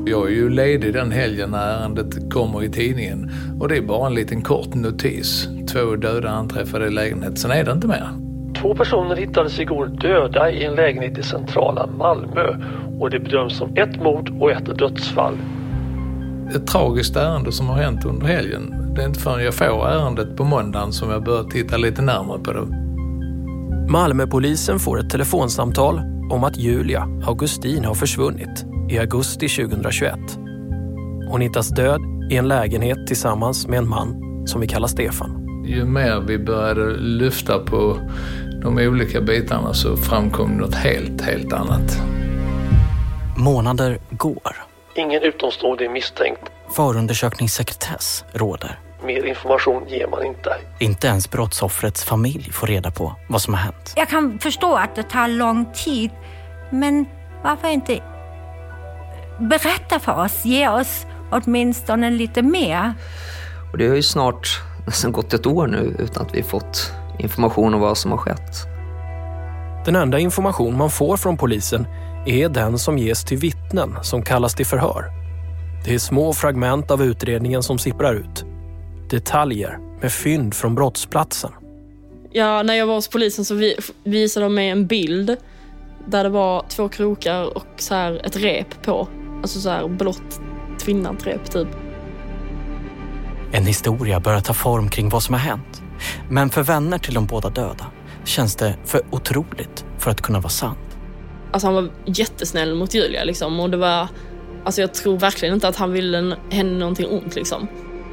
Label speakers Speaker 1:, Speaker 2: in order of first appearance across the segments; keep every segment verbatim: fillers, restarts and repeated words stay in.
Speaker 1: Jag är ju ledig den helgen när ärendet kommer i tidningen och det är bara en liten kort notis. Två döda anträffade i lägenhet, sen är det inte mer.
Speaker 2: Två personer hittades igår döda i en lägenhet i centrala Malmö och det bedöms som ett mord och ett dödsfall.
Speaker 1: Ett tragiskt ärende som har hänt under helgen. Det är inte förrän jag får ärendet på måndagen som jag börjar titta lite närmare på det.
Speaker 3: Malmöpolisen får ett telefonsamtal om att Julia Augustin har försvunnit i augusti tjugohundratjugoett. Hon hittas död i en lägenhet tillsammans med en man som vi kallar Stefan.
Speaker 1: Ju mer vi började lyfta på de olika bitarna så framkom något helt, helt annat.
Speaker 4: Månader går.
Speaker 2: Ingen utomstående är misstänkt.
Speaker 4: Förundersökningssekretess råder.
Speaker 2: Mer information ger man inte.
Speaker 4: Inte ens brottsoffrets familj får reda på vad som har hänt.
Speaker 5: Jag kan förstå att det tar lång tid, men varför inte berätta för oss, ge oss åtminstone lite mer.
Speaker 6: Och det har ju snart nästan gått ett år nu utan att vi fått information om vad som har skett.
Speaker 3: Den enda information man får från polisen är den som ges till vittnen som kallas till förhör. Det är små fragment av utredningen som sipprar ut. Detaljer med fynd från brottsplatsen.
Speaker 7: Ja, när jag var hos polisen så visade de mig en bild där det var två krokar och så här ett rep på. Alltså så här blått tvinnat rep typ.
Speaker 4: En historia börjar ta form kring vad som har hänt. Men för vänner till de båda döda känns det för otroligt för att kunna vara sant.
Speaker 7: Alltså han var jättesnäll mot Julia liksom. Och det var, alltså jag tror verkligen inte att han ville henne någonting ont liksom.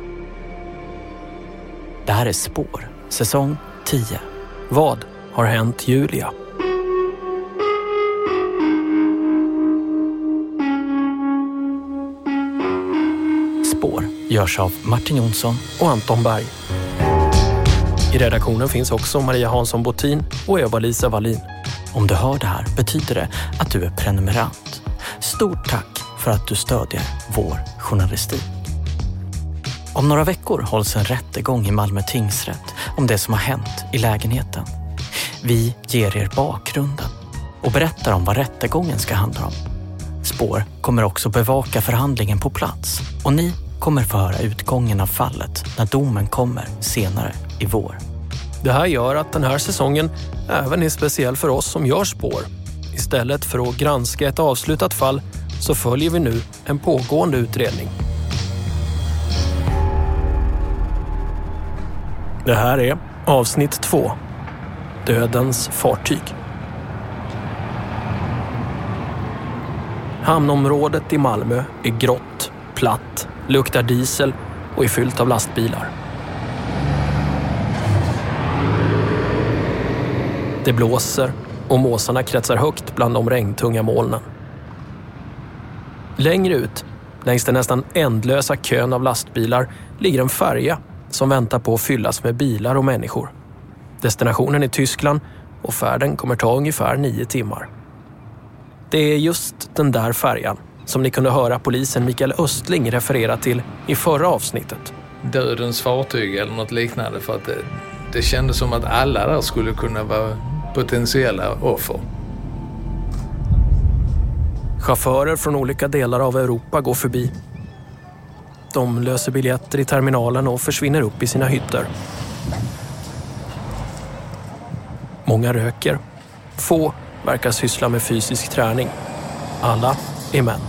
Speaker 4: Det här är Spår, säsong tio.
Speaker 3: Vad har hänt Julia?
Speaker 4: Spår görs av Martin Jonsson och Anton Berg.
Speaker 3: I redaktionen finns också Maria Hansson-Botin och Eva-Lisa Wallin.
Speaker 4: Om du hör det här betyder det att du är prenumerant. Stort tack för att du stödjer vår journalistik. Om några veckor hålls en rättegång i Malmö tingsrätt om det som har hänt i lägenheten. Vi ger er bakgrunden och berättar om vad rättegången ska handla om. Spår kommer också bevaka förhandlingen på plats och ni kommer få höra utgången av fallet när domen kommer senare i vår.
Speaker 3: Det här gör att den här säsongen även är speciell för oss som gör Spår. Istället för att granska ett avslutat fall så följer vi nu en pågående utredning. Det här är avsnitt två. Dödens fartyg. Hamnområdet i Malmö är grått, platt, luktar diesel och är fyllt av lastbilar. Det blåser och måsarna kretsar högt bland de regntunga molnen. Längre ut, längs den nästan ändlösa kön av lastbilar, ligger en färja som väntar på att fyllas med bilar och människor. Destinationen är Tyskland och färden kommer ta ungefär nio timmar. Det är just den där färjan som ni kunde höra polisen Mikael Östling referera till i förra avsnittet.
Speaker 1: Dödens fartyg eller något liknande, för att det, det kändes som att alla där skulle kunna vara potentiella offer.
Speaker 3: Chaufförer från olika delar av Europa går förbi. De löser biljetter i terminalen och försvinner upp i sina hytter. Många röker. Få verkar syssla med fysisk träning. Alla är män.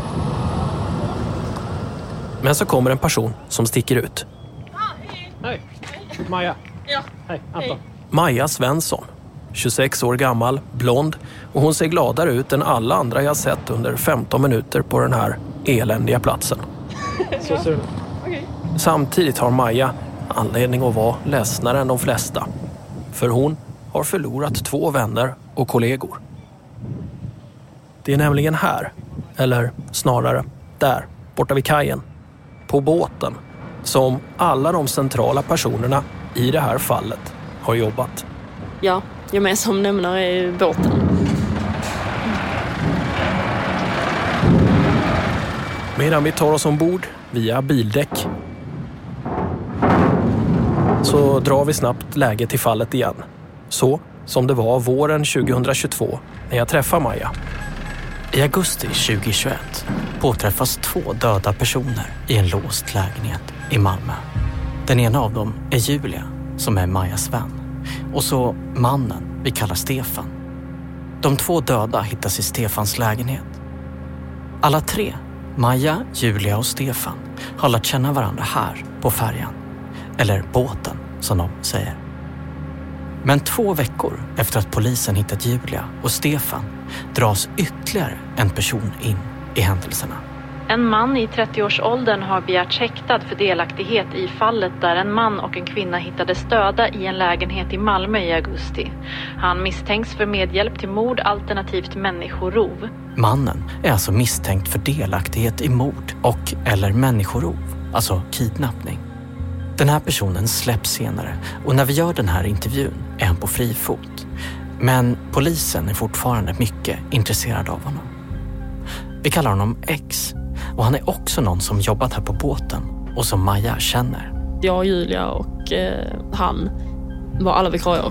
Speaker 3: Men så kommer en person som sticker ut.
Speaker 8: Hej, Maja.
Speaker 7: Ja.
Speaker 8: Hej, Anton.
Speaker 3: Maja Svensson, tjugosex år gammal, blond, och hon ser gladare ut än alla andra jag sett under femton minuter på den här eländiga platsen.
Speaker 8: Så ser du.
Speaker 7: Okay.
Speaker 3: Samtidigt har Maja anledning att vara ledsnare än de flesta. För hon har förlorat två vänner och kollegor. Det är nämligen här, eller snarare där, borta vid kajen, på båten, som alla de centrala personerna i det här fallet har jobbat.
Speaker 7: Ja, jag med som nämnare i båten.
Speaker 3: Medan vi tar oss ombord via bildäck så drar vi snabbt läget till fallet igen. Så som det var våren tjugohundratjugotvå när jag träffade Maja.
Speaker 4: I augusti tjugohundratjugoett påträffas två döda personer i en låst lägenhet i Malmö. Den ena av dem är Julia, som är Majas vän. Och så mannen vi kallar Stefan. De två döda hittas i Stefans lägenhet. Alla tre, Maja, Julia och Stefan, har lärt känna varandra här på färjan. Eller båten, som de säger. Men två veckor efter att polisen hittat Julia och Stefan dras ytterligare en person in i händelserna.
Speaker 9: En man i trettioårsåldern har begärts häktad för delaktighet i fallet där en man och en kvinna hittades döda i en lägenhet i Malmö i augusti. Han misstänks för medhjälp till mord alternativt människorov.
Speaker 4: Mannen är alltså misstänkt för delaktighet i mord och eller människorov, alltså kidnappning. Den här personen släpps senare och när vi gör den här intervjun är han på fri fot. Men polisen är fortfarande mycket intresserad av honom. Vi kallar honom X och han är också någon som jobbat här på båten och som Maja känner.
Speaker 7: Jag, Julia och eh, han var alla vikarier.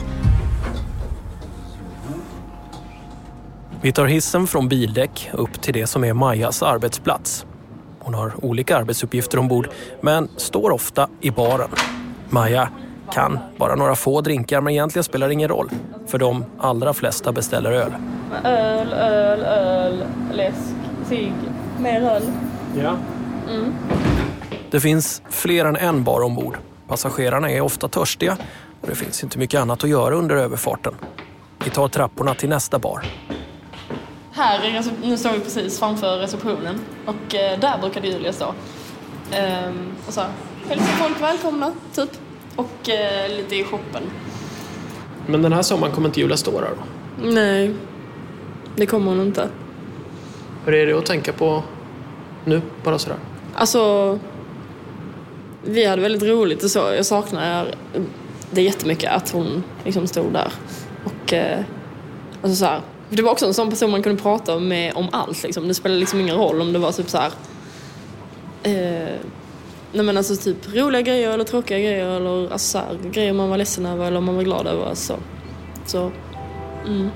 Speaker 3: Vi tar hissen från bildäck upp till det som är Majas arbetsplats. Hon har olika arbetsuppgifter ombord men står ofta i baren. Maja kan bara några få drinkar men egentligen spelar ingen roll. För de allra flesta beställer öl.
Speaker 7: Öl, öl, öl, läsk, cigg, mer öl.
Speaker 8: Ja.
Speaker 7: Mm.
Speaker 3: Det finns fler än en bar ombord. Passagerarna är ofta törstiga och det finns inte mycket annat att göra under överfarten. Vi tar trapporna till nästa bar.
Speaker 7: Här är, nu står vi precis framför receptionen och eh, där brukade Julia stå. Ehm, och så hälsa folk välkomna, typ. Och eh, lite i shoppen.
Speaker 8: Men den här sommaren kommer inte Julia stå där då?
Speaker 7: Nej, det kommer hon inte.
Speaker 8: Hur är det att tänka på nu, bara sådär?
Speaker 7: Alltså, vi hade väldigt roligt och så. Jag saknar det jättemycket att hon liksom stod där. Och eh, alltså så här. Det var också en sån person man kunde prata med om allt. Liksom. Det spelade liksom ingen roll om det var typ så här... Eh, nej men alltså typ roliga grejer eller tråkiga grejer. Eller alltså så här, grejer man var ledsen över eller man var glad över. Så, så mm.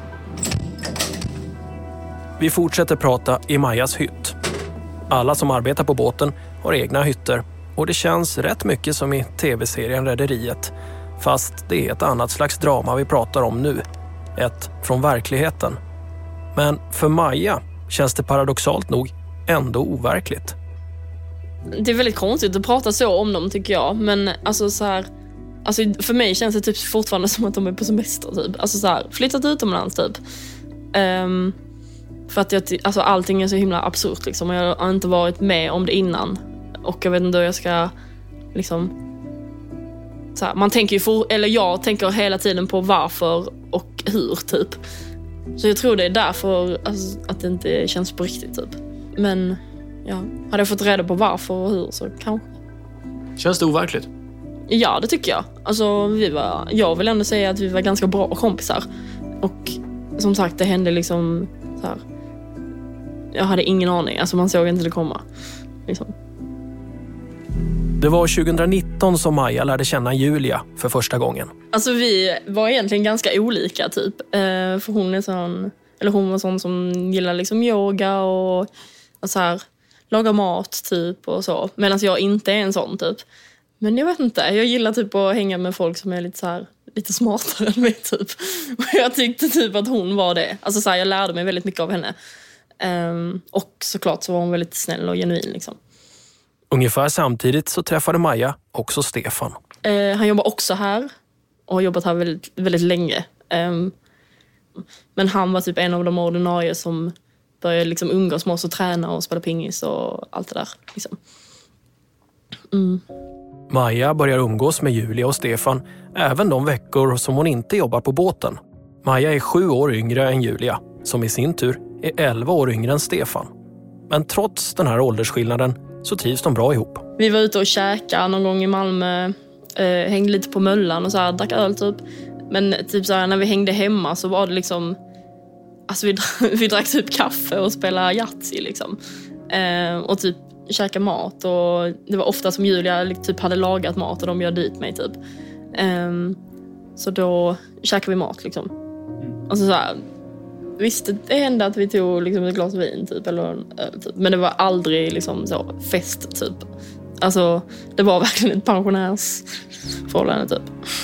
Speaker 3: Vi fortsätter prata i Majas hytt. Alla som arbetar på båten har egna hytter. Och det känns rätt mycket som i tv-serien Rederiet. Fast det är ett annat slags drama vi pratar om nu. Ett från verkligheten. Men för Maja känns det paradoxalt nog ändå overkligt.
Speaker 7: Det är väldigt konstigt att prata så om dem tycker jag. Men alltså så här, alltså för mig känns det typ fortfarande som att de är på semester typ. Alltså så här, flyttat utomlands typ. Um, för att jag, alltså allting är så himla absurt liksom. Jag har inte varit med om det innan. Och jag vet inte hur jag ska liksom så här, man tänker ju för, eller jag tänker hela tiden på varför och hur typ. Så jag tror det är därför alltså, att det inte känns på riktigt typ. Men ja, hade jag fått reda på varför och hur så kanske.
Speaker 8: Känns det overkligt?
Speaker 7: Ja, det tycker jag. Alltså vi var, jag vill ändå säga att vi var ganska bra kompisar. Och som sagt, det hände liksom så här. Jag hade ingen aning, alltså man såg inte det komma liksom.
Speaker 3: Det var tjugonitton som Maja lärde känna Julia för första gången.
Speaker 7: Alltså vi var egentligen ganska olika typ. Eh, för hon är sån, eller hon var sån som gillar liksom yoga och, och så här, laga mat typ och så. Medan jag inte är en sån typ. Men jag vet inte, jag gillar typ att hänga med folk som är lite så här, lite smartare än mig typ. Och jag tyckte typ att hon var det. Alltså så här, jag lärde mig väldigt mycket av henne. Eh, och såklart så var hon väldigt snäll och genuin liksom.
Speaker 3: Ungefär samtidigt så träffade Maja också Stefan.
Speaker 7: Eh, han jobbar också här och har jobbat här väldigt, väldigt länge. Eh, men han var typ en av de ordinarie som började liksom umgås med oss och träna och spela pingis och allt det där. Liksom. Mm.
Speaker 3: Maja börjar umgås med Julia och Stefan även de veckor som hon inte jobbar på båten. Maja är sju år yngre än Julia, som i sin tur är elva år yngre än Stefan. Men trots den här åldersskillnaden så trivs de bra ihop. Vi var ute och käkade någon gång i Malmö, eh, hängde lite på Möllan och så här, drack öl typ. Men typ så här, när vi hängde hemma så var det liksom, alltså vi, vi drack typ kaffe och spelade Yatzy liksom. Eh, och typ käka mat och det var ofta som Julia typ hade lagat mat och de bjöd dit mig typ. Eh, så då käkade vi mat liksom. Alltså så här,
Speaker 7: Visst, det hände att vi tog liksom ett glas vin typ, eller en öl typ. Men det var aldrig liksom så fest typ. Alltså, det var verkligen ett pensionärsförhållande typ.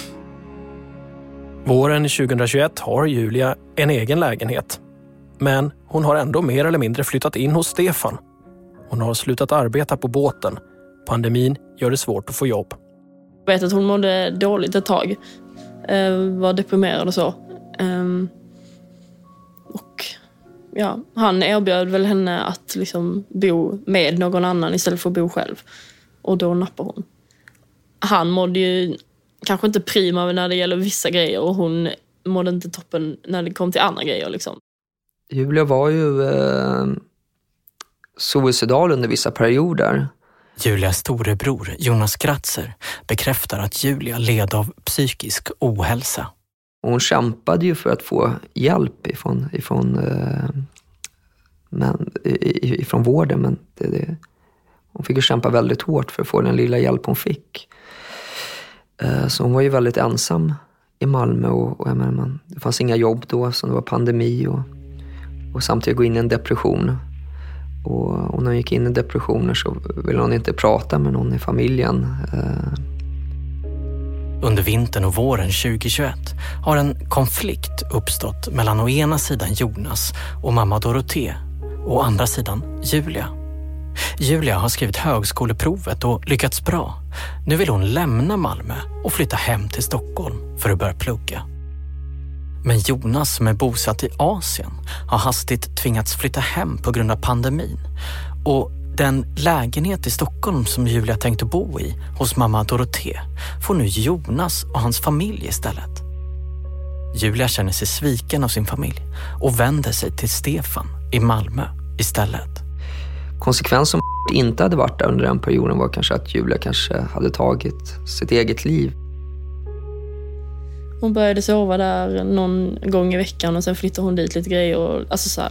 Speaker 3: Våren tjugohundratjugoett har Julia en egen lägenhet. Men hon har ändå mer eller mindre flyttat in hos Stefan. Hon har slutat arbeta på båten. Pandemin gör det svårt att få jobb.
Speaker 7: Jag vet att hon mådde dåligt ett tag. Eh, var deprimerad och så. Eh, och ja, han erbjöd väl henne att liksom bo med någon annan istället för att bo själv. Och då nappade hon. Han mådde ju kanske inte prima när det gäller vissa grejer. Och hon mådde inte toppen när det kom till andra grejer liksom.
Speaker 6: Julia var ju eh, suicidal under vissa perioder.
Speaker 4: Julias storebror Jonas Gratzer bekräftar att Julia led av psykisk ohälsa.
Speaker 6: Hon kämpade ju för att få hjälp ifrån, ifrån, eh, men, ifrån vården. Men det, det, hon fick ju kämpa väldigt hårt för att få den lilla hjälp hon fick. Eh, så hon var ju väldigt ensam i Malmö. Och, och jag menar, man, det fanns inga jobb då, så det var pandemi. Och, och samtidigt gå in i en depression. Och, och när hon gick in i depressioner så ville hon inte prata med någon i familjen.
Speaker 4: Under vintern och våren tjugohundratjugoett har en konflikt uppstått mellan å ena sidan Jonas och mamma Dorothée och å andra sidan Julia. Julia har skrivit högskoleprovet och lyckats bra. Nu vill hon lämna Malmö och flytta hem till Stockholm för att börja plugga. Men Jonas, som är bosatt i Asien, har hastigt tvingats flytta hem på grund av pandemin. Och den lägenhet i Stockholm som Julia tänkte bo i hos mamma Dorothée får nu Jonas och hans familj istället. Julia känner sig sviken av sin familj och vänder sig till Stefan i Malmö istället.
Speaker 6: Konsekvensen om inte hade varit där under den perioden var kanske att Julia kanske hade tagit sitt eget liv.
Speaker 7: Hon började sova där någon gång i veckan och sen flyttade hon dit lite grejer. Och, alltså så här.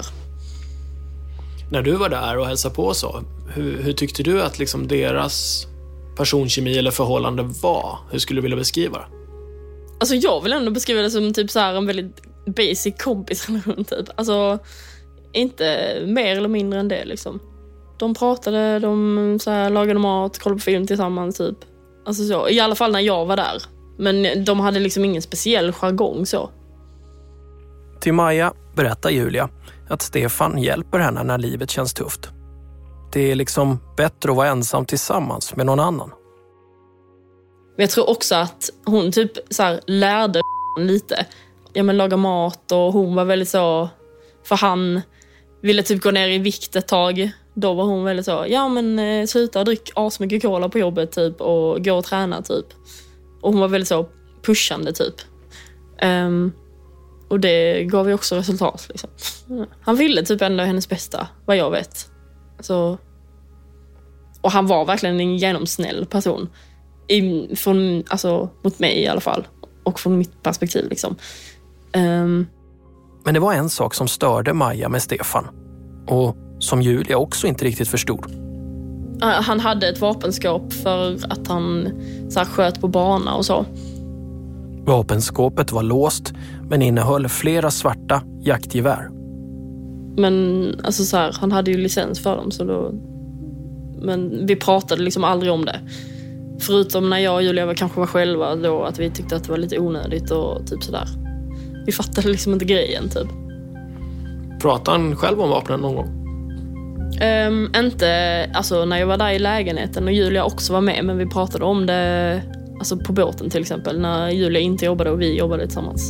Speaker 8: När du var där och hälsade på så, hur, hur tyckte du att liksom deras personkemi eller förhållande var? Hur skulle du vilja beskriva det?
Speaker 7: Alltså jag vill ändå beskriva det som typ så här en väldigt basic kompisrelation typ. Alltså inte mer eller mindre än det liksom. De pratade, de så här, lagade mat, kollade på film tillsammans typ. Alltså så, i alla fall när jag var där. Men de hade liksom ingen speciell jargong så.
Speaker 3: Till Maja berättar Julia att Stefan hjälper henne när livet känns tufft. Det är liksom bättre att vara ensam tillsammans med någon annan.
Speaker 7: Men jag tror också att hon typ så här lärde lite. Ja, men laga mat och hon var väldigt så... För han ville typ gå ner i vikt ett tag. Då var hon väldigt så... Ja men eh, sluta och drick asmycket cola på jobbet typ och gå och träna typ. Och hon var väldigt så pushande typ. Um, och det gav ju också resultat liksom. Han ville typ ändå hennes bästa, vad jag vet. Så, och han var verkligen en genomsnäll person. I, från, alltså, mot mig i alla fall. Och från mitt perspektiv liksom. Um,
Speaker 3: Men det var en sak som störde Maja med Stefan. Och som Julia också inte riktigt förstod.
Speaker 7: Han hade ett vapenskåp för att han så här, sköt på bana och så.
Speaker 3: Vapenskåpet var låst men innehöll flera svarta jaktgevär.
Speaker 7: Men alltså så här, han hade ju licens för dem så då... Men vi pratade liksom aldrig om det. Förutom när jag och Julia var, kanske var själva då, att vi tyckte att det var lite onödigt och typ sådär. Vi fattade liksom inte grejen typ.
Speaker 8: Pratade han själv om vapnen någon gång?
Speaker 7: Um, inte alltså när jag var där i lägenheten och Julia också var med, men vi pratade om det alltså på båten till exempel, när Julia inte jobbade och vi jobbade tillsammans.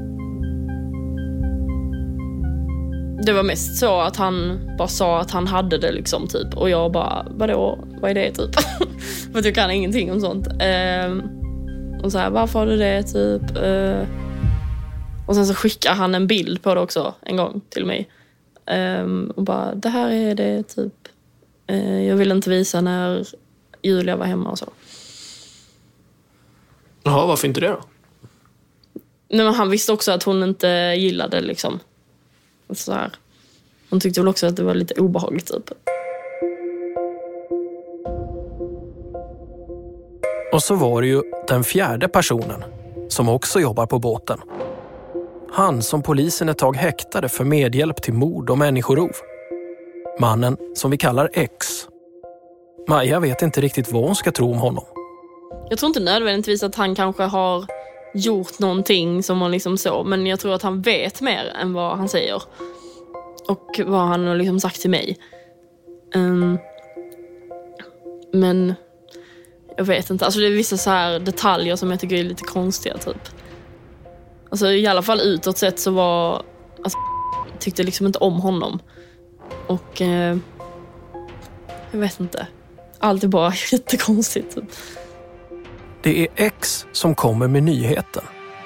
Speaker 7: Det var mest så att han bara sa att han hade det liksom typ, och jag bara, vadå, vad är det typ? För att jag kan ingenting om sånt. Um, och så här, varför har du det typ? Uh, och sen så skickar han en bild på det också en gång till mig. Um, och bara, det här är det typ. Uh, jag ville inte visa när Julia var hemma och så.
Speaker 8: Jaha, varför inte det då?
Speaker 7: Nej, men han visste också att hon inte gillade liksom. Så här. Hon tyckte väl också att det var lite obehagligt typ.
Speaker 3: Och så var det ju den fjärde personen som också jobbar på båten. Han som polisen ett tag häktade för medhjälp till mord och människorov. Mannen som vi kallar X. Maja vet inte riktigt vad hon ska tro om honom.
Speaker 7: Jag tror inte nödvändigtvis att han kanske har gjort någonting som man liksom så. Men jag tror att han vet mer än vad han säger. Och vad han har liksom sagt till mig. Um, men jag vet inte. Alltså det är vissa så här detaljer som jag tycker är lite konstiga typ. Alltså i alla fall utåt sett så var... Alltså, jag tyckte liksom inte om honom. Och... Eh, jag vet inte. Allt är bara jättekonstigt typ.
Speaker 3: Det är X som kommer med nyheten.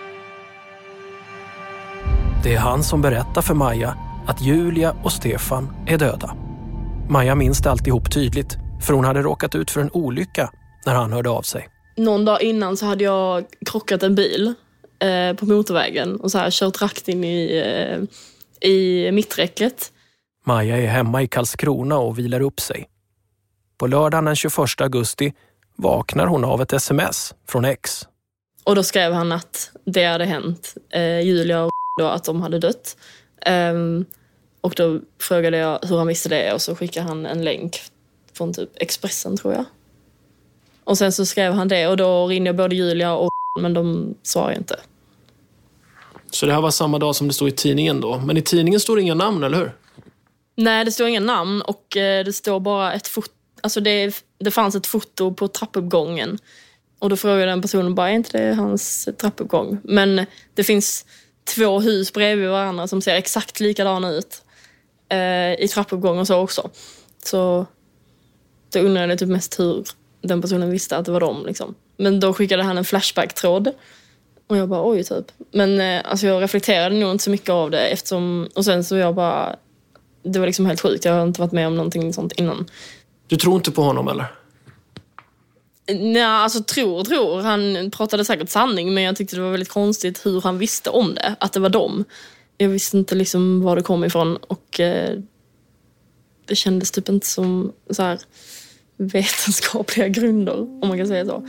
Speaker 3: Det är han som berättar för Maja att Julia och Stefan är döda. Maja minns det alltihop tydligt, för hon hade råkat ut för en olycka när han hörde av sig.
Speaker 7: Någon dag innan så hade jag krockat en bil eh, på motorvägen och så här kört rakt in i, eh, i mitträcket.
Speaker 3: Maja är hemma i Karlskrona och vilar upp sig. På lördagen den tjugoförsta augusti vaknar hon av ett sms från X.
Speaker 7: Och då skrev han att det hade hänt. Eh, Julia och då, att de hade dött. Eh, och då frågade jag hur han visste det och så skickade han en länk från typ Expressen tror jag. Och sen så skrev han det och då ringde både Julia och men de svarade inte.
Speaker 8: Så det här var samma dag som det stod i tidningen då. Men i tidningen står det inga namn, eller hur?
Speaker 7: Nej, det står inga namn och eh, det står bara ett foto. Alltså det, det fanns ett foto på trappuppgången. Och då frågade den personen bara, är inte det hans trappuppgång? Men det finns två hus bredvid varandra som ser exakt likadana ut. Eh, I trappuppgången och så också. Så då undrade jag typ mest hur den personen visste att det var dem. Liksom. Men då skickade han en flashback-tråd. Och jag bara, oj typ. Men eh, alltså jag reflekterade nog inte så mycket av det. Eftersom, och sen så jag bara, det var liksom helt sjukt. Jag har inte varit med om någonting sånt innan.
Speaker 8: Du tror inte på honom, eller?
Speaker 7: Nej, alltså tror, tror. Han pratade säkert sanning, men jag tyckte det var väldigt konstigt hur han visste om det. Att det var dem. Jag visste inte liksom var det kom ifrån. Och eh, det kändes typ inte som så här vetenskapliga grunder, om man kan säga så.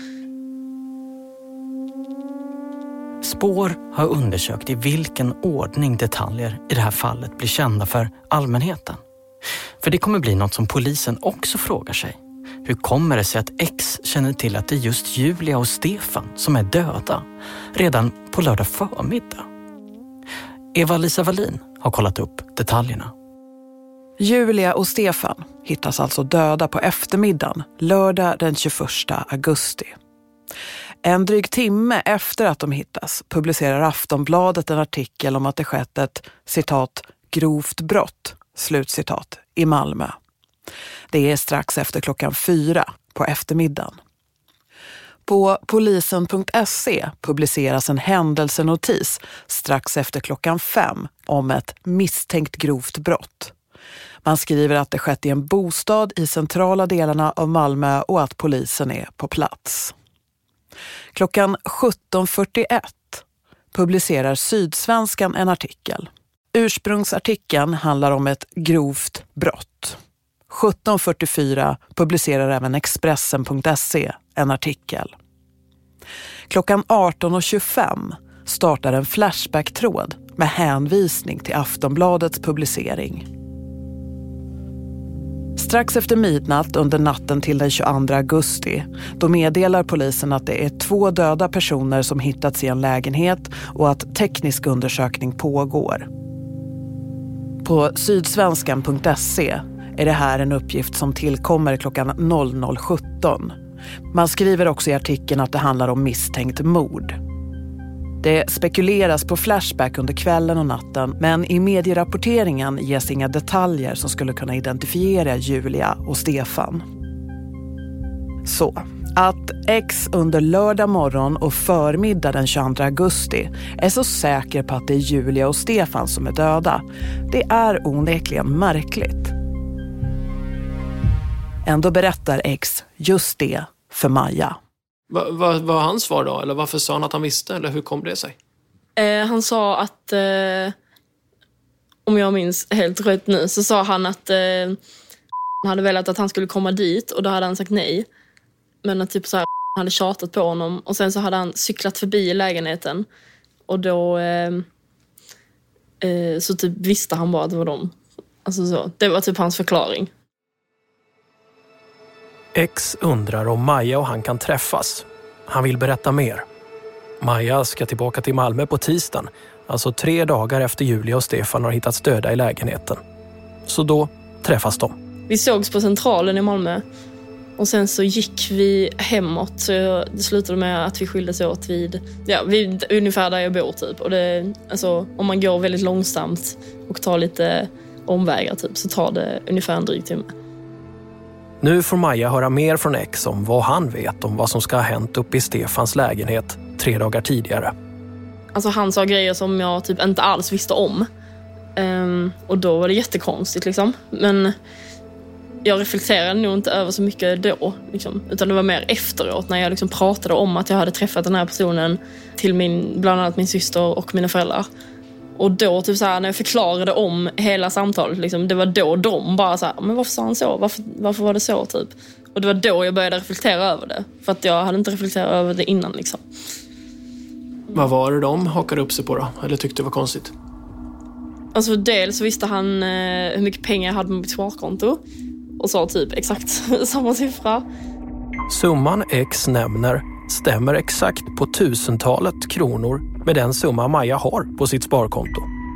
Speaker 4: Spår har undersökt i vilken ordning detaljer i det här fallet blir kända för allmänheten. För det kommer bli något som polisen också frågar sig. Hur kommer det sig att X känner till att det är just Julia och Stefan som är döda redan på lördag förmiddag? Eva-Lisa Wallin har kollat upp detaljerna.
Speaker 10: Julia och Stefan hittas alltså döda på eftermiddagen, lördag den tjugoförsta augusti. En dryg timme efter att de hittas publicerar Aftonbladet en artikel om att det skett ett, citat, grovt brott, slutcitat, i Malmö. Det är strax efter klockan fyra på eftermiddagen. På polisen punkt se publiceras en händelsenotis strax efter klockan fem om ett misstänkt grovt brott. Man skriver att det skett i en bostad i centrala delarna av Malmö och att polisen är på plats. Klockan sjutton fyrtioett publicerar Sydsvenskan en artikel. Ursprungsartikeln handlar om ett grovt brott. sjutton fyrtiofyra publicerar även Expressen punkt se en artikel. Klockan arton tjugofem startar en flashback-tråd med hänvisning till Aftonbladets publicering. Strax efter midnatt under natten till den tjugoandra augusti då meddelar polisen att det är två döda personer som hittats i en lägenhet och att teknisk undersökning pågår. På sydsvenskan punkt se är det här en uppgift som tillkommer klockan noll noll sjutton. Man skriver också i artikeln att det handlar om misstänkt mord. Det spekuleras på Flashback under kvällen och natten, men i medierapporteringen ges inga detaljer som skulle kunna identifiera Julia och Stefan. Så, att X under lördag morgon och förmiddag den tjugoandra augusti är så säker på att det är Julia och Stefan som är döda, det är onekligen märkligt. Ändå berättar X just det för Maja.
Speaker 8: Vad va, var hans svar då? Eller varför sa han att han visste? Eller hur kom det sig?
Speaker 7: Eh, han sa att, eh, om jag minns helt rätt nu, så sa han att eh, han hade velat att han skulle komma dit och då hade han sagt nej. Men att typ så här, han hade tjatat på honom och sen så hade han cyklat förbi lägenheten och då, eh, Eh, så typ visste han bara att det var dem. Alltså så. Det var typ hans förklaring.
Speaker 3: X undrar om Maja och han kan träffas. Han vill berätta mer. Maja ska tillbaka till Malmö på tisdagen. Alltså tre dagar efter Julia och Stefan har hittats döda i lägenheten. Så då träffas de.
Speaker 7: Vi sågs på Centralen i Malmö. Och sen så gick vi hemåt. Så det slutade med att vi skildes åt vid, ja, vid ungefär där jag bor typ. Och det, alltså, om man går väldigt långsamt och tar lite omvägar typ, så tar det ungefär en dryg timme.
Speaker 3: Nu får Maja höra mer från X om vad han vet om vad som ska ha hänt uppe i Stefans lägenhet tre dagar tidigare.
Speaker 7: Alltså han sa grejer som jag typ inte alls visste om. Um, och då var det jättekonstigt liksom. Men jag reflekterade nog inte över så mycket då. Liksom. Utan det var mer efteråt när jag liksom pratade om att jag hade träffat den här personen till min, bland annat min syster och mina föräldrar. Och då typ så här, när jag förklarade om hela samtalet, liksom, det var då de bara så här, men varför sa han så? Varför, varför var det så typ? Och det var då jag började reflektera över det. För att jag hade inte reflekterat över det innan liksom.
Speaker 8: Vad var det de hakade upp sig på då? Eller tyckte det var konstigt?
Speaker 7: Alltså dels visste han eh, hur mycket pengar jag hade på mitt sparkonto. Och sa typ exakt samma siffra.
Speaker 3: Summan X nämner stämmer exakt på tusentalet kronor med den summa Maja har på sitt sparkonto.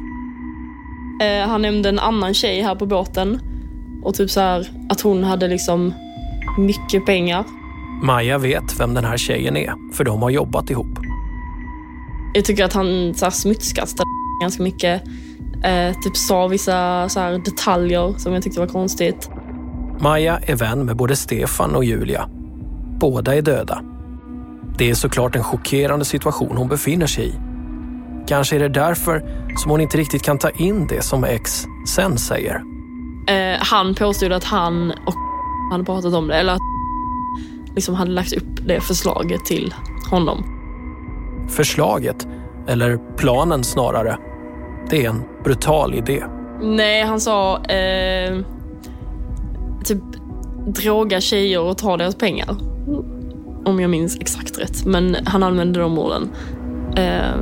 Speaker 7: Eh, han nämnde en annan tjej här på båten. Och typ så här att hon hade liksom mycket pengar.
Speaker 3: Maja vet vem den här tjejen är, för de har jobbat ihop.
Speaker 7: Jag tycker att han så här smutskastade ganska mycket. Eh, typ sa vissa så här detaljer som jag tyckte var konstigt.
Speaker 3: Maja är vän med både Stefan och Julia. Båda är döda. Det är såklart en chockerande situation hon befinner sig i. Kanske är det därför som hon inte riktigt kan ta in det som X sen säger.
Speaker 7: Eh, han påstod att han och hade pratat om det. Eller att liksom hade lagt upp det förslaget till honom.
Speaker 3: Förslaget, eller planen snarare, det är en brutal idé.
Speaker 7: Nej, han sa eh, typ droga tjejer och ta deras pengar. Om jag minns exakt rätt. Men han använde de orden. Eh.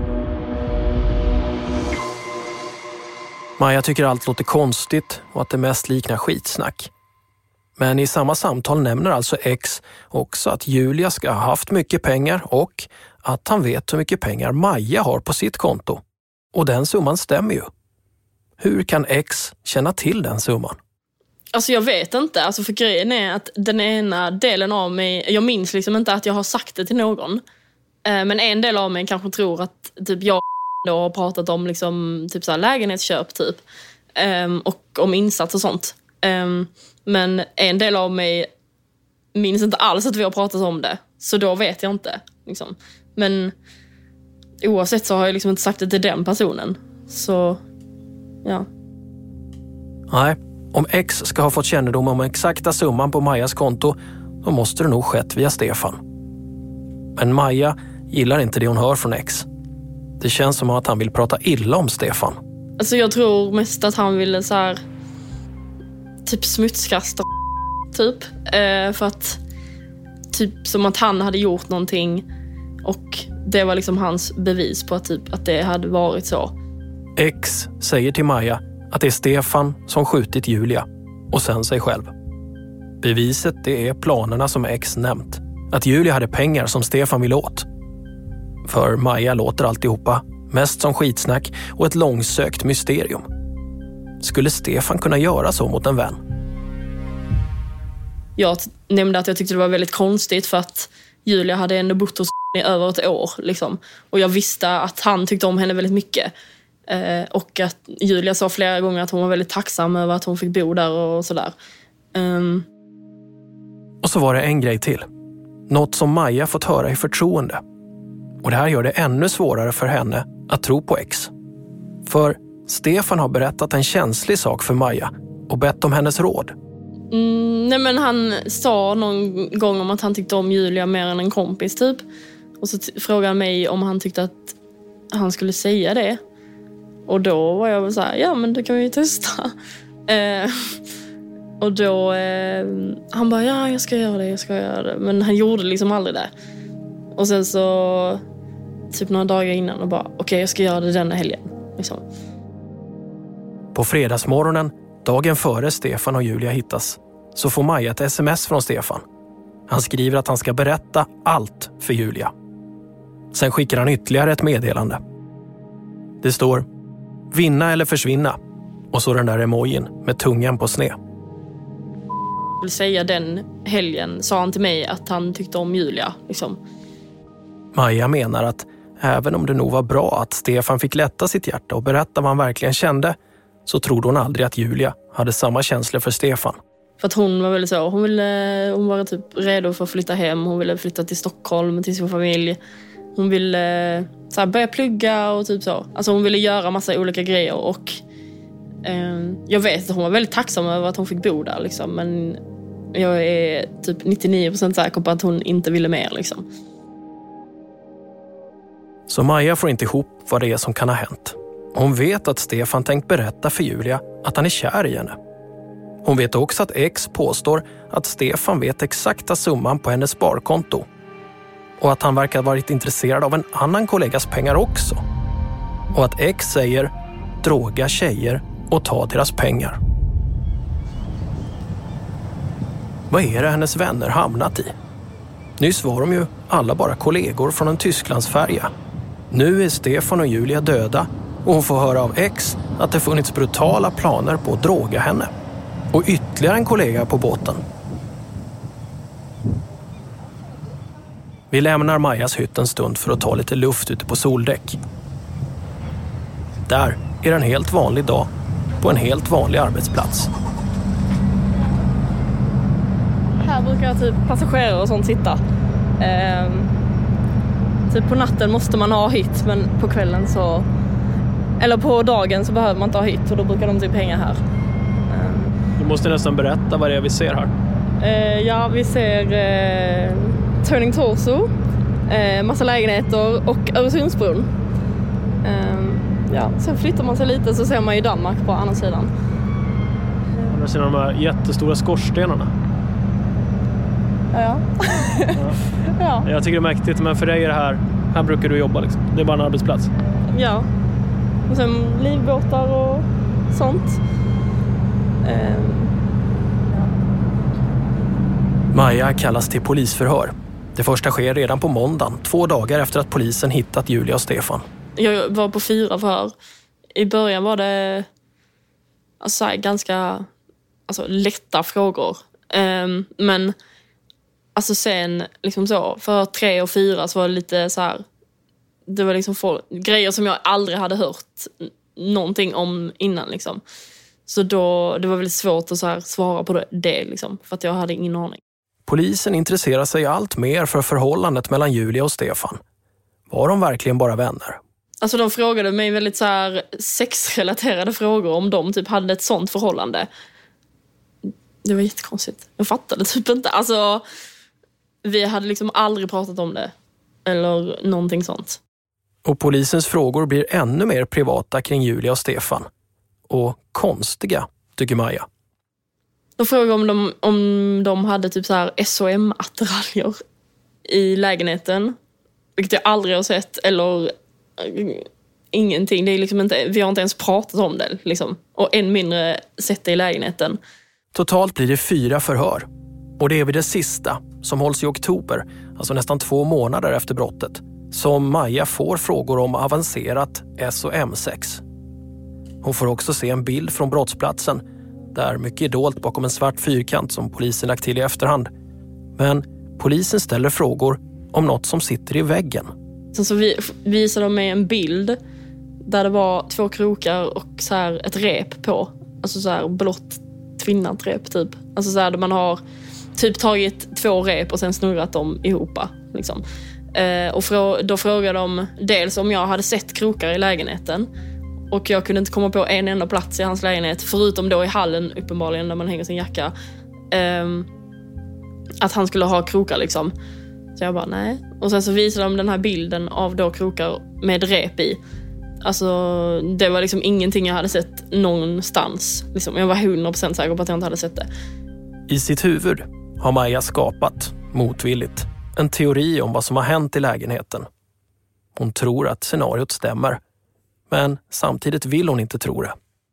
Speaker 3: Maja tycker allt låter konstigt och att det mest liknar skitsnack. Men i samma samtal nämner alltså X också att Julia ska ha haft mycket pengar och att han vet hur mycket pengar Maja har på sitt konto. Och den summan stämmer ju. Hur kan X känna till den summan?
Speaker 7: Alltså jag vet inte. Alltså för grejen är att den ena delen av mig, jag minns liksom inte att jag har sagt det till någon. Men en del av mig kanske tror att typ jag då har pratat om liksom typ så här lägenhetsköp typ. Och om insats och sånt. Men en del av mig minns inte alls att vi har pratat om det. Så då vet jag inte. Liksom. Men oavsett så har jag liksom inte sagt det till den personen. Så, ja.
Speaker 3: Nej, om X ska ha fått kännedom om exakta summan på Majas konto, då måste det nog skett via Stefan. Men Maja gillar inte det hon hör från X. Det känns som att han vill prata illa om Stefan.
Speaker 7: Alltså jag tror mest att han ville så här typ smutskasta typ. Eh, för att typ som att han hade gjort någonting och det var liksom hans bevis på att, typ, att det hade varit så.
Speaker 3: X säger till Maja att det är Stefan som skjutit Julia och sen sig själv. Beviset det är planerna som X nämnt. Att Julia hade pengar som Stefan ville åt. För Maja låter alltihopa mest som skitsnack och ett långsökt mysterium. Skulle Stefan kunna göra så mot en vän?
Speaker 7: Jag t- nämnde att jag tyckte det var väldigt konstigt för att Julia hade ändå bott hos i över ett år. Liksom. Och jag visste att han tyckte om henne väldigt mycket. Eh, och att Julia sa flera gånger att hon var väldigt tacksam över att hon fick bo där och sådär. Um.
Speaker 3: Och så var det en grej till. Något som Maja fått höra i förtroende. Och det här gör det ännu svårare för henne att tro på X. För Stefan har berättat en känslig sak för Maja och bett om hennes råd.
Speaker 7: Mm, nej men han sa någon gång om att han tyckte om Julia mer än en kompis typ. Och så t- frågade han mig om han tyckte att han skulle säga det. Och då var jag väl så här, ja men det kan vi ju testa. Eh, och då, eh, han bara, ja jag ska göra det, jag ska göra det. Men han gjorde liksom aldrig det. Och sen så, typ några dagar innan och bara, okej okay, jag ska göra det denna helgen. Liksom.
Speaker 3: På fredagsmorgonen, dagen före Stefan och Julia hittas, så får Maja ett sms från Stefan. Han skriver att han ska berätta allt för Julia. Sen skickar han ytterligare ett meddelande. Det står vinna eller försvinna och så den där emojin med tungan på sned.
Speaker 7: Jag vill säga den helgen sa han till mig att han tyckte om Julia. Liksom.
Speaker 3: Maja menar att även om det nog var bra att Stefan fick lätta sitt hjärta och berätta vad han verkligen kände, så trodde hon aldrig att Julia hade samma känslor för Stefan.
Speaker 7: För att hon var väldigt så, hon, ville, hon var typ redo för att flytta hem. Hon ville flytta till Stockholm till sin familj. Hon ville så här, börja plugga och typ så. Alltså hon ville göra massa olika grejer och eh, jag vet att hon var väldigt tacksam över att hon fick bo där liksom. Men jag är typ nittionio procent säker på att hon inte ville mer liksom.
Speaker 3: Så Maja får inte ihop vad det är som kan ha hänt. Hon vet att Stefan tänkt berätta för Julia att han är kär i henne. Hon vet också att X påstår att Stefan vet exakta summan på hennes sparkonto. Och att han verkar varit intresserad av en annan kollegas pengar också. Och att X säger droga tjejer och ta deras pengar. Vad är det hennes vänner hamnat i? Nyss var de ju alla bara kollegor från en Tysklandsfärja. Nu är Stefan och Julia döda och hon får höra av X att det funnits brutala planer på att droga henne. Och ytterligare en kollega på båten. Vi lämnar Majas hytt en stund för att ta lite luft ute på soldäck. Där är det en helt vanlig dag på en helt vanlig arbetsplats.
Speaker 7: Här brukar typ passagerare och sånt sitta. Ehm, typ på natten måste man ha hytt, men på kvällen så... Eller på dagen så behöver man inte ha hytt och då brukar de typ hänga här. Ehm.
Speaker 8: Du måste nästan berätta vad det är vi ser här.
Speaker 7: Ehm, ja, vi ser eh, Turning Torso, eh, massa lägenheter och Öresundsbron. Ehm, ja, sen flyttar man sig lite så ser man ju Danmark på andra sidan.
Speaker 8: Andra sidan de här jättestora skorstenarna.
Speaker 7: Ja.
Speaker 8: Ja. Ja. Jag tycker det är mäktigt, men för dig är det här, här brukar du jobba liksom. Det är bara en arbetsplats.
Speaker 7: Ja. Och sen livbåtar och sånt. Um, ja.
Speaker 3: Maja kallas till polisförhör. Det första sker redan på måndagen, två dagar efter att polisen hittat Julia och Stefan.
Speaker 7: Jag var på fyra förhör. I början var det alltså, här, ganska alltså, lätta frågor. Um, men alltså sen liksom så, för tre och fyra så var det lite så här, det var liksom folk, grejer som jag aldrig hade hört någonting om innan liksom. Så då, det var väldigt svårt att så här svara på det, det liksom, för att jag hade ingen aning.
Speaker 3: Polisen intresserar sig allt mer för förhållandet mellan Julia och Stefan. Var de verkligen bara vänner?
Speaker 7: Alltså de frågade mig väldigt så här sexrelaterade frågor om de typ hade ett sånt förhållande. Det var jättekonstigt. Jag fattade typ inte. Alltså, vi hade liksom aldrig pratat om det. Eller någonting sånt.
Speaker 3: Och polisens frågor blir ännu mer privata kring Julia och Stefan. Och konstiga, tycker Maja.
Speaker 7: De frågade om de, om de hade typ så här S O M-attiraljer i lägenheten. Vilket jag aldrig har sett. Eller äh, ingenting. Det är liksom inte, vi har inte ens pratat om det. Liksom. Och än mindre sett det i lägenheten.
Speaker 3: Totalt blir det fyra förhör. Och det är vid det sista, som hålls i oktober, alltså nästan två månader efter brottet, som Maja får frågor om avancerat S O M-sex. Hon får också se en bild från brottsplatsen, där mycket är dolt bakom en svart fyrkant som polisen lagt till i efterhand. Men polisen ställer frågor om något som sitter i väggen.
Speaker 7: Sen så vi, visade de mig en bild där det var två krokar och så här ett rep på. Alltså så här blått tvinnat rep typ. Alltså så här där man har typ tagit två rep och sen snurrat dem ihop liksom. Eh, och frå- då frågade de dels om jag hade sett krokar i lägenheten. Och jag kunde inte komma på en enda plats i hans lägenhet, förutom då i hallen uppenbarligen där man hänger sin jacka. Eh, att han skulle ha krokar liksom. Så jag bara nej. Och sen så visade de den här bilden av då krokar med rep i. Alltså det var liksom ingenting jag hade sett någonstans. Liksom, jag var hundra procent säker på att jag inte hade sett det.
Speaker 3: I sitt huvud har Maja skapat, motvilligt, en teori om vad som har hänt i lägenheten. Hon tror att scenariot stämmer, men samtidigt vill hon inte tro det.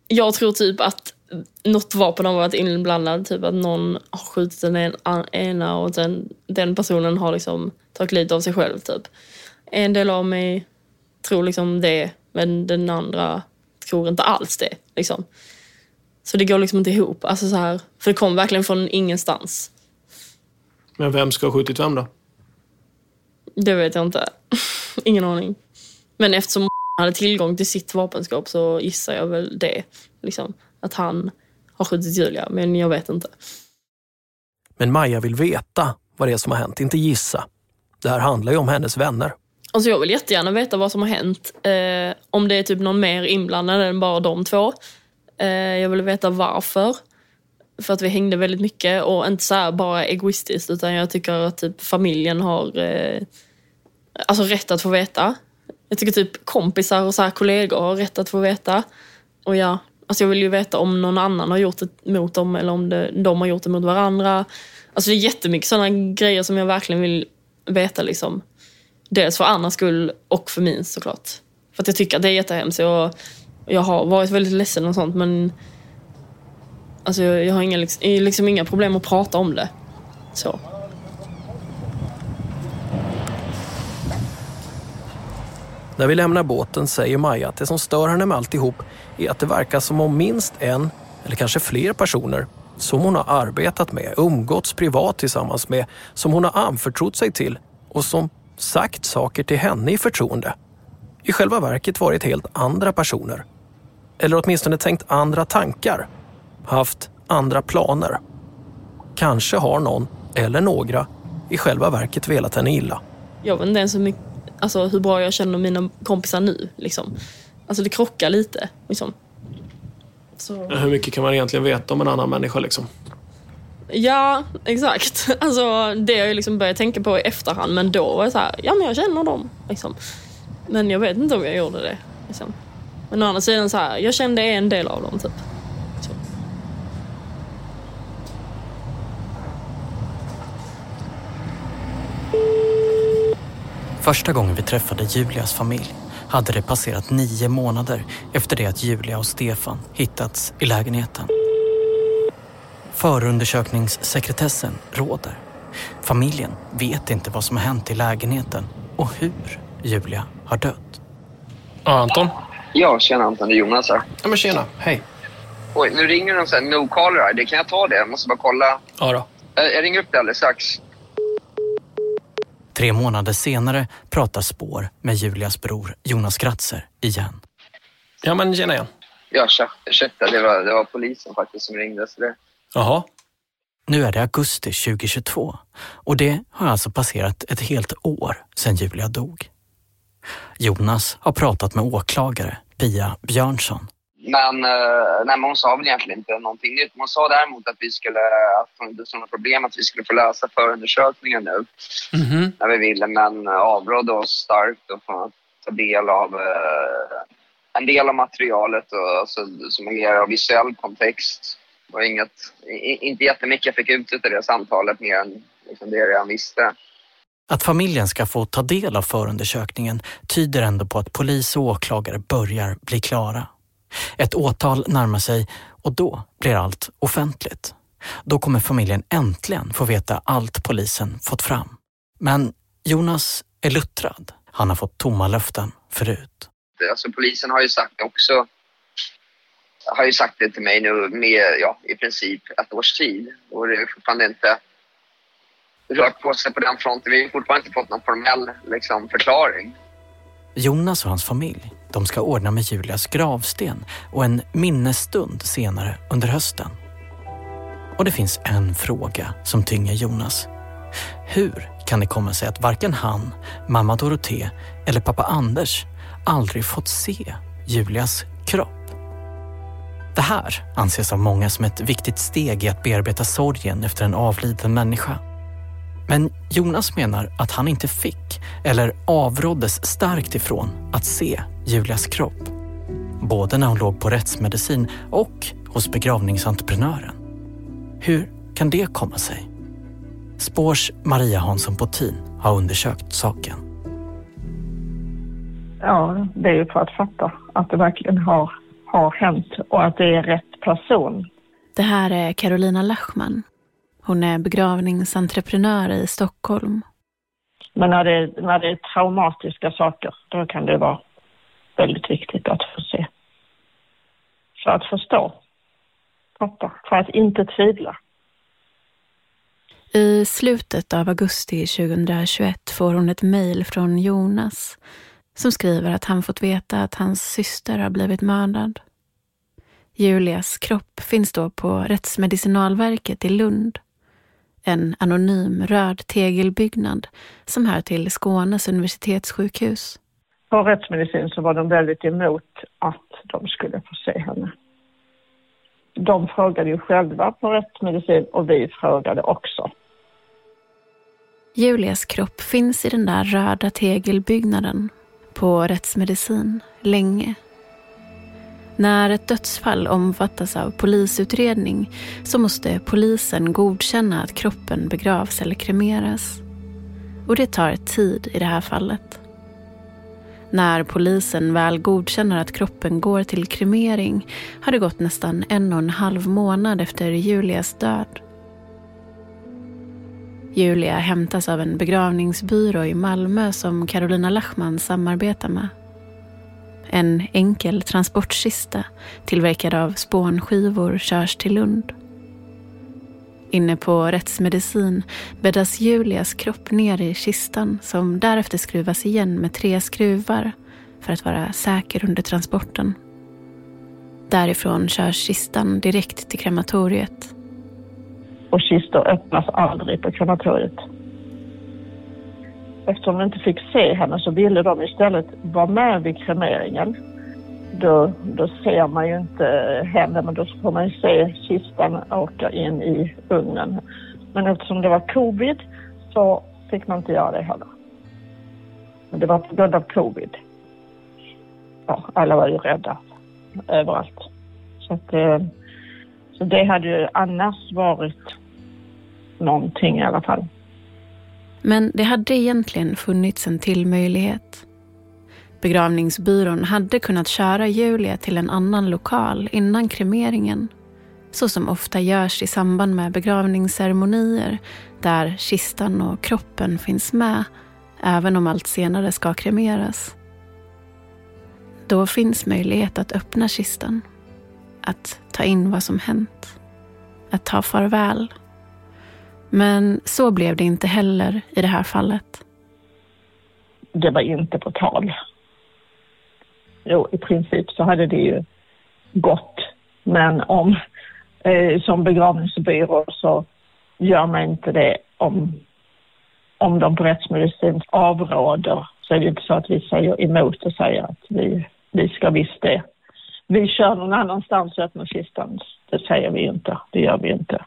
Speaker 7: jag tror typ att något vapen har varit inblandad. Typ att någon har skjutit den ena och den, den personen har liksom tagit livet av sig själv. Typ. En del av mig tror liksom det, men den andra tror inte alls det. Liksom. Så det går liksom inte ihop. Alltså så här, för det kom verkligen från ingenstans.
Speaker 8: Men vem ska ha skjutit vem då?
Speaker 7: Det vet jag inte. Ingen aning. Men eftersom han hade tillgång till sitt vapenskap så gissar jag väl det. Liksom, att han har skjutit Julia, men jag vet inte.
Speaker 3: Men Maja vill veta vad det är som har hänt, inte gissa. Det här handlar ju om hennes vänner.
Speaker 7: Alltså jag vill jättegärna veta vad som har hänt. Eh, om det är typ någon mer inblandad än bara de två. Eh, jag vill veta varför. För att vi hängde väldigt mycket och inte så här bara egoistiskt, utan jag tycker att typ familjen har eh, alltså rätt att få veta. Jag tycker typ kompisar och så här kollegor har rätt att få veta. Och ja, alltså jag vill ju veta om någon annan har gjort det mot dem eller om det, de har gjort det mot varandra. Alltså det är jättemycket sådana grejer som jag verkligen vill veta liksom. Dels för Annas skull och för min såklart. För att jag tycker att det är jättehemskt och jag har varit väldigt ledsen och sånt, men alltså jag, jag har inga, liksom, liksom inga problem att prata om det. Så.
Speaker 3: När vi lämnar båten säger Maja att det som stör henne med alltihop är att det verkar som om minst en, eller kanske fler personer, som hon har arbetat med, umgåtts privat tillsammans med, som hon har anförtrott sig till och som sagt saker till henne i förtroende, i själva verket varit helt andra personer. Eller åtminstone tänkt andra tankar, haft andra planer. Kanske har någon, eller några, i själva verket velat henne illa.
Speaker 7: Jag vet inte ens hur, mycket, alltså hur bra jag känner mina kompisar nu. Liksom. Alltså det krockar lite. Liksom. Så.
Speaker 8: Hur mycket kan man egentligen veta om en annan människa liksom?
Speaker 7: Ja, exakt. Alltså det har jag liksom börjat tänka på i efterhand. Men då var jag så här, ja men jag känner dem. Liksom. Men jag vet inte om jag gjorde det. Liksom. Men å andra sidan så här, jag kände en del av dem typ. Så.
Speaker 4: Första gången vi träffade Julias familj hade det passerat nio månader efter det att Julia och Stefan hittats i lägenheten. Förundersökningssekretessen råder. Familjen vet inte vad som har hänt i lägenheten och hur Julia har dött.
Speaker 8: Ja, Anton?
Speaker 6: Ja, tjena Anton, det är Jonas här.
Speaker 8: Ja, men tjena, hej.
Speaker 6: Oj, nu ringer de så här, no caller I D. Kan jag ta det? Jag måste bara kolla.
Speaker 8: Ja då.
Speaker 6: Jag, jag ringer upp det alldeles strax.
Speaker 4: Tre månader senare pratar Spår med Julias bror Jonas Kratzer igen.
Speaker 8: Ja, men tjena igen.
Speaker 6: Ja, ursäkta, det var, det var polisen faktiskt som ringde. Så det...
Speaker 8: Jaha.
Speaker 4: Nu är det augusti tjugohundratjugotvå och det har alltså passerat ett helt år sedan Julia dog. Jonas har pratat med åklagare Pia Björnsson.
Speaker 6: Men, eh, nej, men hon sa väl egentligen inte någonting nytt. Hon sa däremot att vi skulle, att hon inte sådana problem att vi skulle få läsa förundersökningen nu.
Speaker 8: Mm-hmm.
Speaker 6: När vi ville, men avrådde oss starkt och från att ta del av eh, en del av materialet och, alltså, som agerar av visuell kontext. Det var inget, inte jättemycket jag fick ut av det samtalet mer än liksom det jag redan visste.
Speaker 4: Att familjen ska få ta del av förundersökningen tyder ändå på att polis och åklagare börjar bli klara. Ett åtal närmar sig och då blir allt offentligt. Då kommer familjen äntligen få veta allt polisen fått fram. Men Jonas är luttrad. Han har fått tomma löften förut.
Speaker 6: Alltså polisen har ju sagt också, har ju sagt det till mig nu med, ja, i princip ett års tid. Och det är fortfarande inte rört på sig på den fronten. Vi har fortfarande inte fått någon formell liksom, förklaring.
Speaker 4: Jonas och hans familj, de ska ordna med Julias gravsten och en minnesstund senare under hösten. Och det finns en fråga som tynger Jonas. Hur kan det komma sig att varken han, mamma Dorothée eller pappa Anders aldrig fått se Julias kropp? Det här anses av många som ett viktigt steg i att bearbeta sorgen efter en avliden människa. Men Jonas menar att han inte fick eller avråddes starkt ifrån att se Julias kropp. Både när hon låg på rättsmedicin och hos begravningsentreprenören. Hur kan det komma sig? Spårs Maria Hansson Potin har undersökt saken.
Speaker 11: Ja, det är ju för att fatta att det verkligen har, har hänt och att det är rätt person.
Speaker 9: Det här är Carolina Lachman. Hon är begravningsentreprenör i Stockholm.
Speaker 11: Men när det, när det är traumatiska saker, då kan det vara väldigt viktigt att få se. För att förstå. För att inte tvivla.
Speaker 9: I slutet av augusti tjugohundratjugoett får hon ett mejl från Jonas som skriver att han fått veta att hans syster har blivit mördad. Julias kropp finns då på Rättsmedicinalverket i Lund. En anonym röd tegelbyggnad som hör till Skånes universitetssjukhus.
Speaker 11: På rättsmedicin så var de väldigt emot att de skulle få se henne. De frågade ju själva på rättsmedicin och vi frågade också.
Speaker 9: Julias kropp finns i den där röda tegelbyggnaden på rättsmedicin länge. När ett dödsfall omfattas av polisutredning så måste polisen godkänna att kroppen begravs eller kremeras. Och det tar tid i det här fallet. När polisen väl godkänner att kroppen går till kremering har det gått nästan en och en halv månad efter Julias död. Julia hämtas av en begravningsbyrå i Malmö som Carolina Lachman samarbetar med. En enkel transportkista tillverkad av spånskivor körs till Lund. Inne på rättsmedicin bäddas Julias kropp ner i kistan som därefter skruvas igen med tre skruvar för att vara säker under transporten. Därifrån körs kistan direkt till krematoriet.
Speaker 11: Och kistor öppnas aldrig på krematoriet. Eftersom de inte fick se henne så ville de istället vara med vid kremeringen. Då, då ser man ju inte henne, men då får man ju se kistan åka in i ugnen. Men eftersom det var covid så fick man inte göra det heller. Men det var på grund av covid. Ja, alla var ju rädda överallt. Så, att, så det hade ju annars varit någonting i alla fall.
Speaker 9: Men det hade egentligen funnits en till möjlighet. Begravningsbyrån hade kunnat köra Julia till en annan lokal innan kremeringen. Så som ofta görs i samband med begravningsceremonier där kistan och kroppen finns med även om allt senare ska kremeras. Då finns möjlighet att öppna kistan. Att ta in vad som hänt. Att ta farväl. Men så blev det inte heller i det här fallet.
Speaker 11: Det var inte på tal. Jo, i princip så hade det ju gått. Men om eh, som begravningsbyrå så gör man inte det om, om de på rättsmedicin avråder. Så är det inte så att vi säger emot och säger att vi, vi ska visst det. Vi kör någon annanstans och öppnar kistan. Det säger vi inte. Det gör vi inte.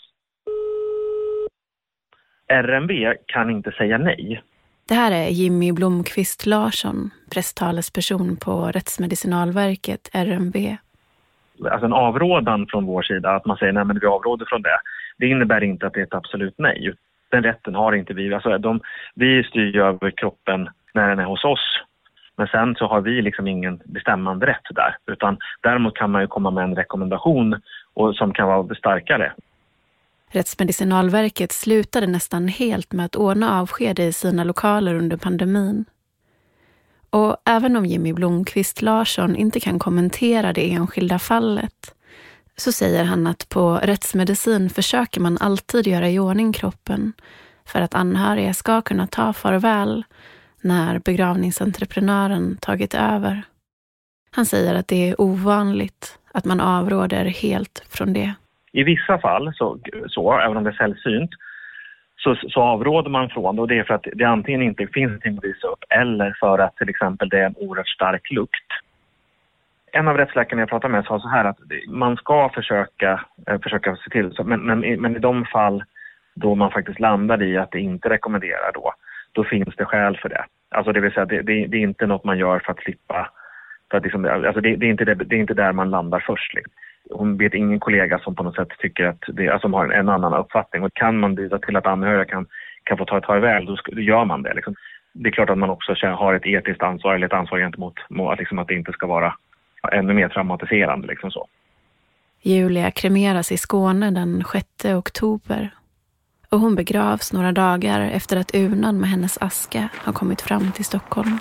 Speaker 12: R M B kan inte säga nej.
Speaker 9: Det här är Jimmy Blomqvist Larsson, presstalesperson på Rättsmedicinalverket R M B.
Speaker 12: Alltså en avrådan från vår sida, att man säger nej men vi avråder från det. Det innebär inte att det är ett absolut nej. Den rätten har inte vi. Alltså de, vi styr över kroppen när den är hos oss. Men sen så har vi liksom ingen bestämmande rätt där. Utan däremot kan man ju komma med en rekommendation och, som kan vara starkare.
Speaker 9: Rättsmedicinalverket slutade nästan helt med att ordna avsked i sina lokaler under pandemin. Och även om Jimmy Blomqvist Larsson inte kan kommentera det enskilda fallet så säger han att på rättsmedicin försöker man alltid göra i ordning kroppen för att anhöriga ska kunna ta farväl när begravningsentreprenören tagit över. Han säger att det är ovanligt att man avråder helt från det.
Speaker 12: I vissa fall, så, så, även om det är sällsynt, så, så avråder man från det. Och det är för att det antingen inte finns någonting att visa upp eller för att till exempel det är en oerhört stark lukt. En av rättsläkarna jag pratade med sa så här att man ska försöka, eh, försöka se till, så, men, men, men i de fall då man faktiskt landar i att det inte rekommenderar då, då finns det skäl för det. Alltså det vill säga det, det, det är inte något man gör för att slippa, för att liksom, alltså det, det, är inte det, det är inte där man landar först liksom. Hon vet ingen kollega som på något sätt tycker att det, alltså som har en, en annan uppfattning. Och kan man bidra till att anhöriga kan, kan få ta ett farväl, då, då gör man det. Liksom. Det är klart att man också har ett etiskt ansvar eller ett ansvar gentemot att, liksom, att det inte ska vara ännu mer traumatiserande liksom så.
Speaker 9: Julia kremeras i Skåne den sjätte oktober och hon begravs några dagar efter att urnan med hennes aska har kommit fram till Stockholm.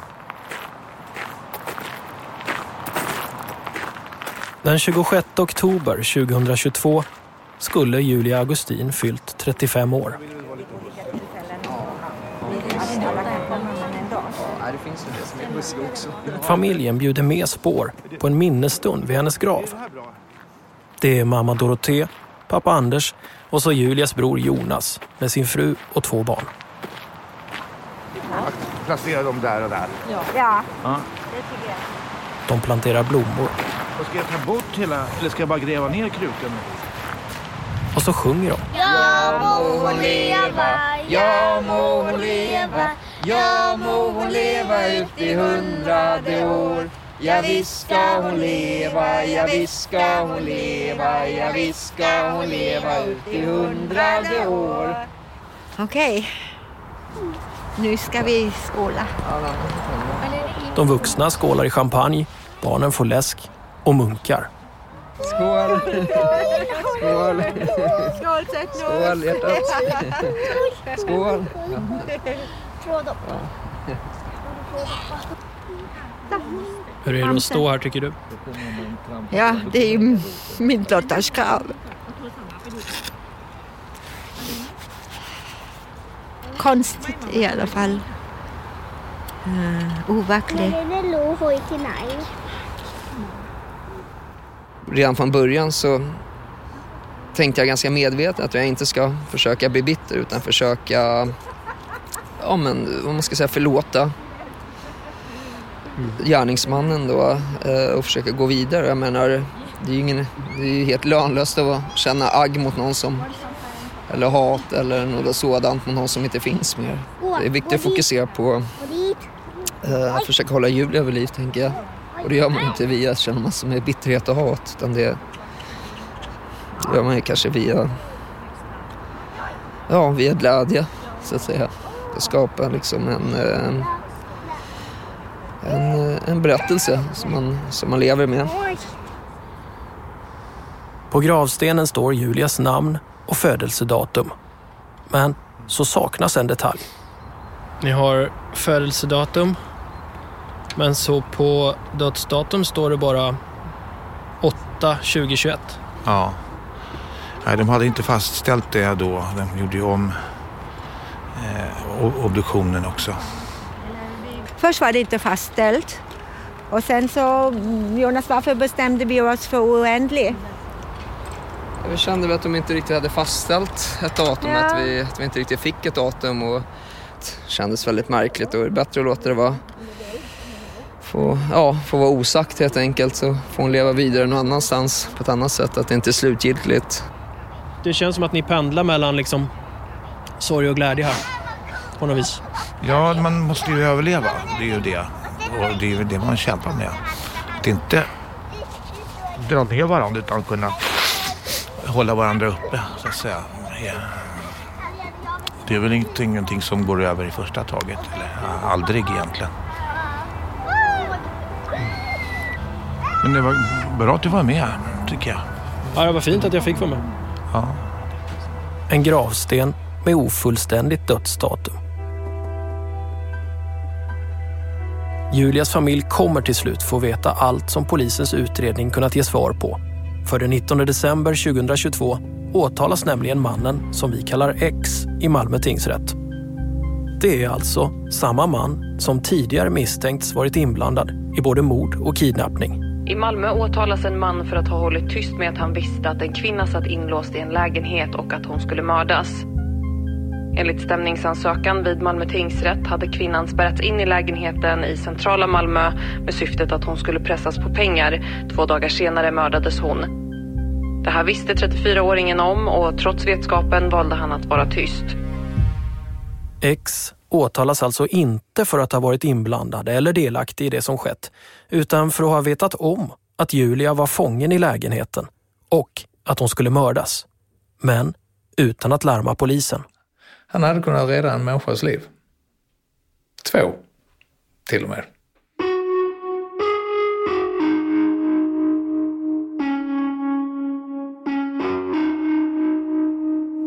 Speaker 3: Den tjugosjätte oktober tjugohundratjugotvå skulle Julia Augustin fyllt trettiofem år. Familjen bjuder med spår på en minnesstund vid hennes grav. Det är mamma Dorothée, pappa Anders och så Julias bror Jonas med sin fru och två barn.
Speaker 13: Placera dem där och där.
Speaker 5: Ja, ja.
Speaker 13: Ja.
Speaker 5: Det tycker jag.
Speaker 3: De planterar blommor.
Speaker 13: Och ska jag ta bort hela, eller ska jag bara gräva ner kruten?
Speaker 3: Och så sjunger de.
Speaker 14: Ja må hon leva, ja må hon leva, ja må hon leva ut i hundrade år. Ja visst ska hon leva, ja visst ska hon leva, ja visst ska hon leva ut i hundrade år.
Speaker 5: Okej, nu ska vi skåla.
Speaker 3: De vuxna skålar i champagne, barnen får läsk och munkar.
Speaker 6: Skål! Skål!
Speaker 5: Skål, sätt
Speaker 6: Skål, hjärtat! Skål!
Speaker 3: Hur är det att stå här tycker du?
Speaker 5: Ja, det är ju min dotters grav. Konstigt i alla fall. Uh, overkligt.
Speaker 6: Redan från början så tänkte jag ganska medvetet att jag inte ska försöka bli bitter utan försöka, ja men vad man ska säga, förlåta gärningsmannen då och försöka gå vidare. Jag menar, det är ju ingen, det är ju helt lönlöst att känna agg mot någon som, eller hat eller något sådant mot någon som inte finns mer. Det är viktigt att fokusera på eh, att försöka hålla Julia vid liv, tänker jag. Och det gör man inte via att känna massor med bitterhet och hat, utan det, det gör man ju kanske via, ja, via glädje, så att säga. Att skapa liksom en, en, en berättelse som man, som man lever med.
Speaker 3: På gravstenen står Julias namn och födelsedatum. Men så saknas en detalj. Ni har födelsedatum, men så på dödsdatum står det bara åtta tjugo tjugoett.
Speaker 13: Ja. Nej, de hade inte fastställt det då. De gjorde ju om eh, obduktionen också.
Speaker 5: Först var det inte fastställt. Och sen så, Jonas, varför bestämde vi oss för oändlig?
Speaker 6: Vi kände att de inte riktigt hade fastställt ett datum, ja. att, vi, att vi inte riktigt fick ett datum, och det kändes väldigt märkligt, och det är bättre att låta det vara, få, ja, få vara osagt helt enkelt, så får hon leva vidare någon annanstans på ett annat sätt, att det inte är slutgiltigt.
Speaker 3: Det känns som att ni pendlar mellan liksom sorg och glädje här, på något vis.
Speaker 13: Ja, man måste ju överleva, det är ju det, och det är ju det man kämpar med. Det är inte dra ner varandra utan kunna hålla varandra uppe, så att säga. Det är väl inte ingenting som går över i första taget, eller aldrig egentligen. Men det var bra att du var med, tycker jag.
Speaker 3: Ja, det var fint att jag fick vara med.
Speaker 13: Ja.
Speaker 3: En gravsten med ofullständigt dödsdatum. Julias familj kommer till slut få veta allt som polisens utredning kunnat ge svar på. För den nittonde december tjugohundratjugotvå åtalas nämligen mannen som vi kallar X i Malmö tingsrätt. Det är alltså samma man som tidigare misstänkts varit inblandad i både mord och kidnappning.
Speaker 15: I Malmö åtalas en man för att ha hållit tyst med att han visste att en kvinna satt inlåst i en lägenhet och att hon skulle mördas. Enligt stämningsansökan vid Malmö tingsrätt hade kvinnan spärrats in i lägenheten i centrala Malmö med syftet att hon skulle pressas på pengar. Två dagar senare mördades hon. Det här visste trettiofyraåringen om, och trots vetskapen valde han att vara tyst.
Speaker 3: X åtalas alltså inte för att ha varit inblandad eller delaktig i det som skett, utan för att ha vetat om att Julia var fången i lägenheten och att hon skulle mördas. Men utan att larma polisen.
Speaker 1: Han hade kunnat rädda en människas liv. Två, till och med.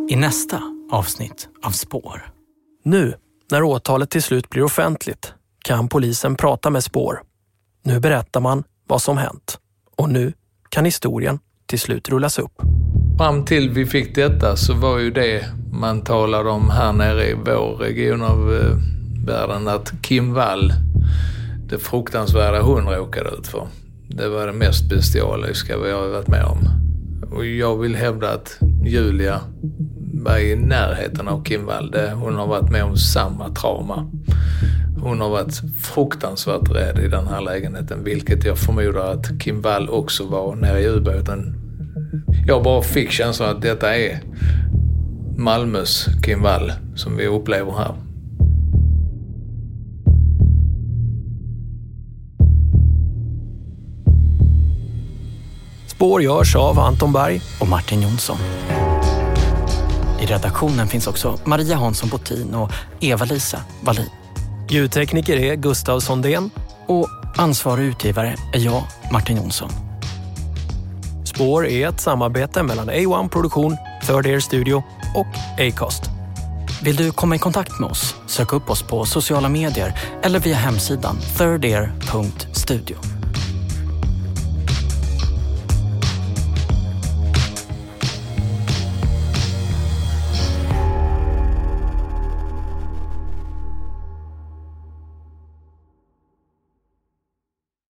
Speaker 4: i nästa avsnitt av Spår.
Speaker 3: Nu, när åtalet till slut blir offentligt, kan polisen prata med Spår. Nu berättar man vad som hänt. Och nu kan historien till slut rullas upp.
Speaker 1: Fram till vi fick detta så var ju det man talade om här nere i vår region av eh, världen, att Kim Wall, det fruktansvärda hon råkade ut för. Det var det mest bestialiska vi har varit med om. Och jag vill hävda att Julia var i närheten av Kim Wall. Hon har varit med om samma trauma. Hon har varit fruktansvärt rädd i den här lägenheten, vilket jag förmodar att Kim Wall också var nere i ubåten. Jag bara fick känslan att detta är Malmös Kim Wall som vi upplever här.
Speaker 3: Spår görs av Anton Berg
Speaker 4: och Martin Jonsson. I redaktionen finns också Maria Hansson Botin och Eva-Lisa Wallin.
Speaker 3: Ljudtekniker är Gustav Sondén
Speaker 4: och ansvarig utgivare är jag, Martin Jonsson.
Speaker 3: Spår är ett samarbete mellan A ett Produktion, Third Ear Studio och Acast.
Speaker 4: Vill du komma i kontakt med oss? Sök upp oss på sociala medier eller via hemsidan third ear punkt studio.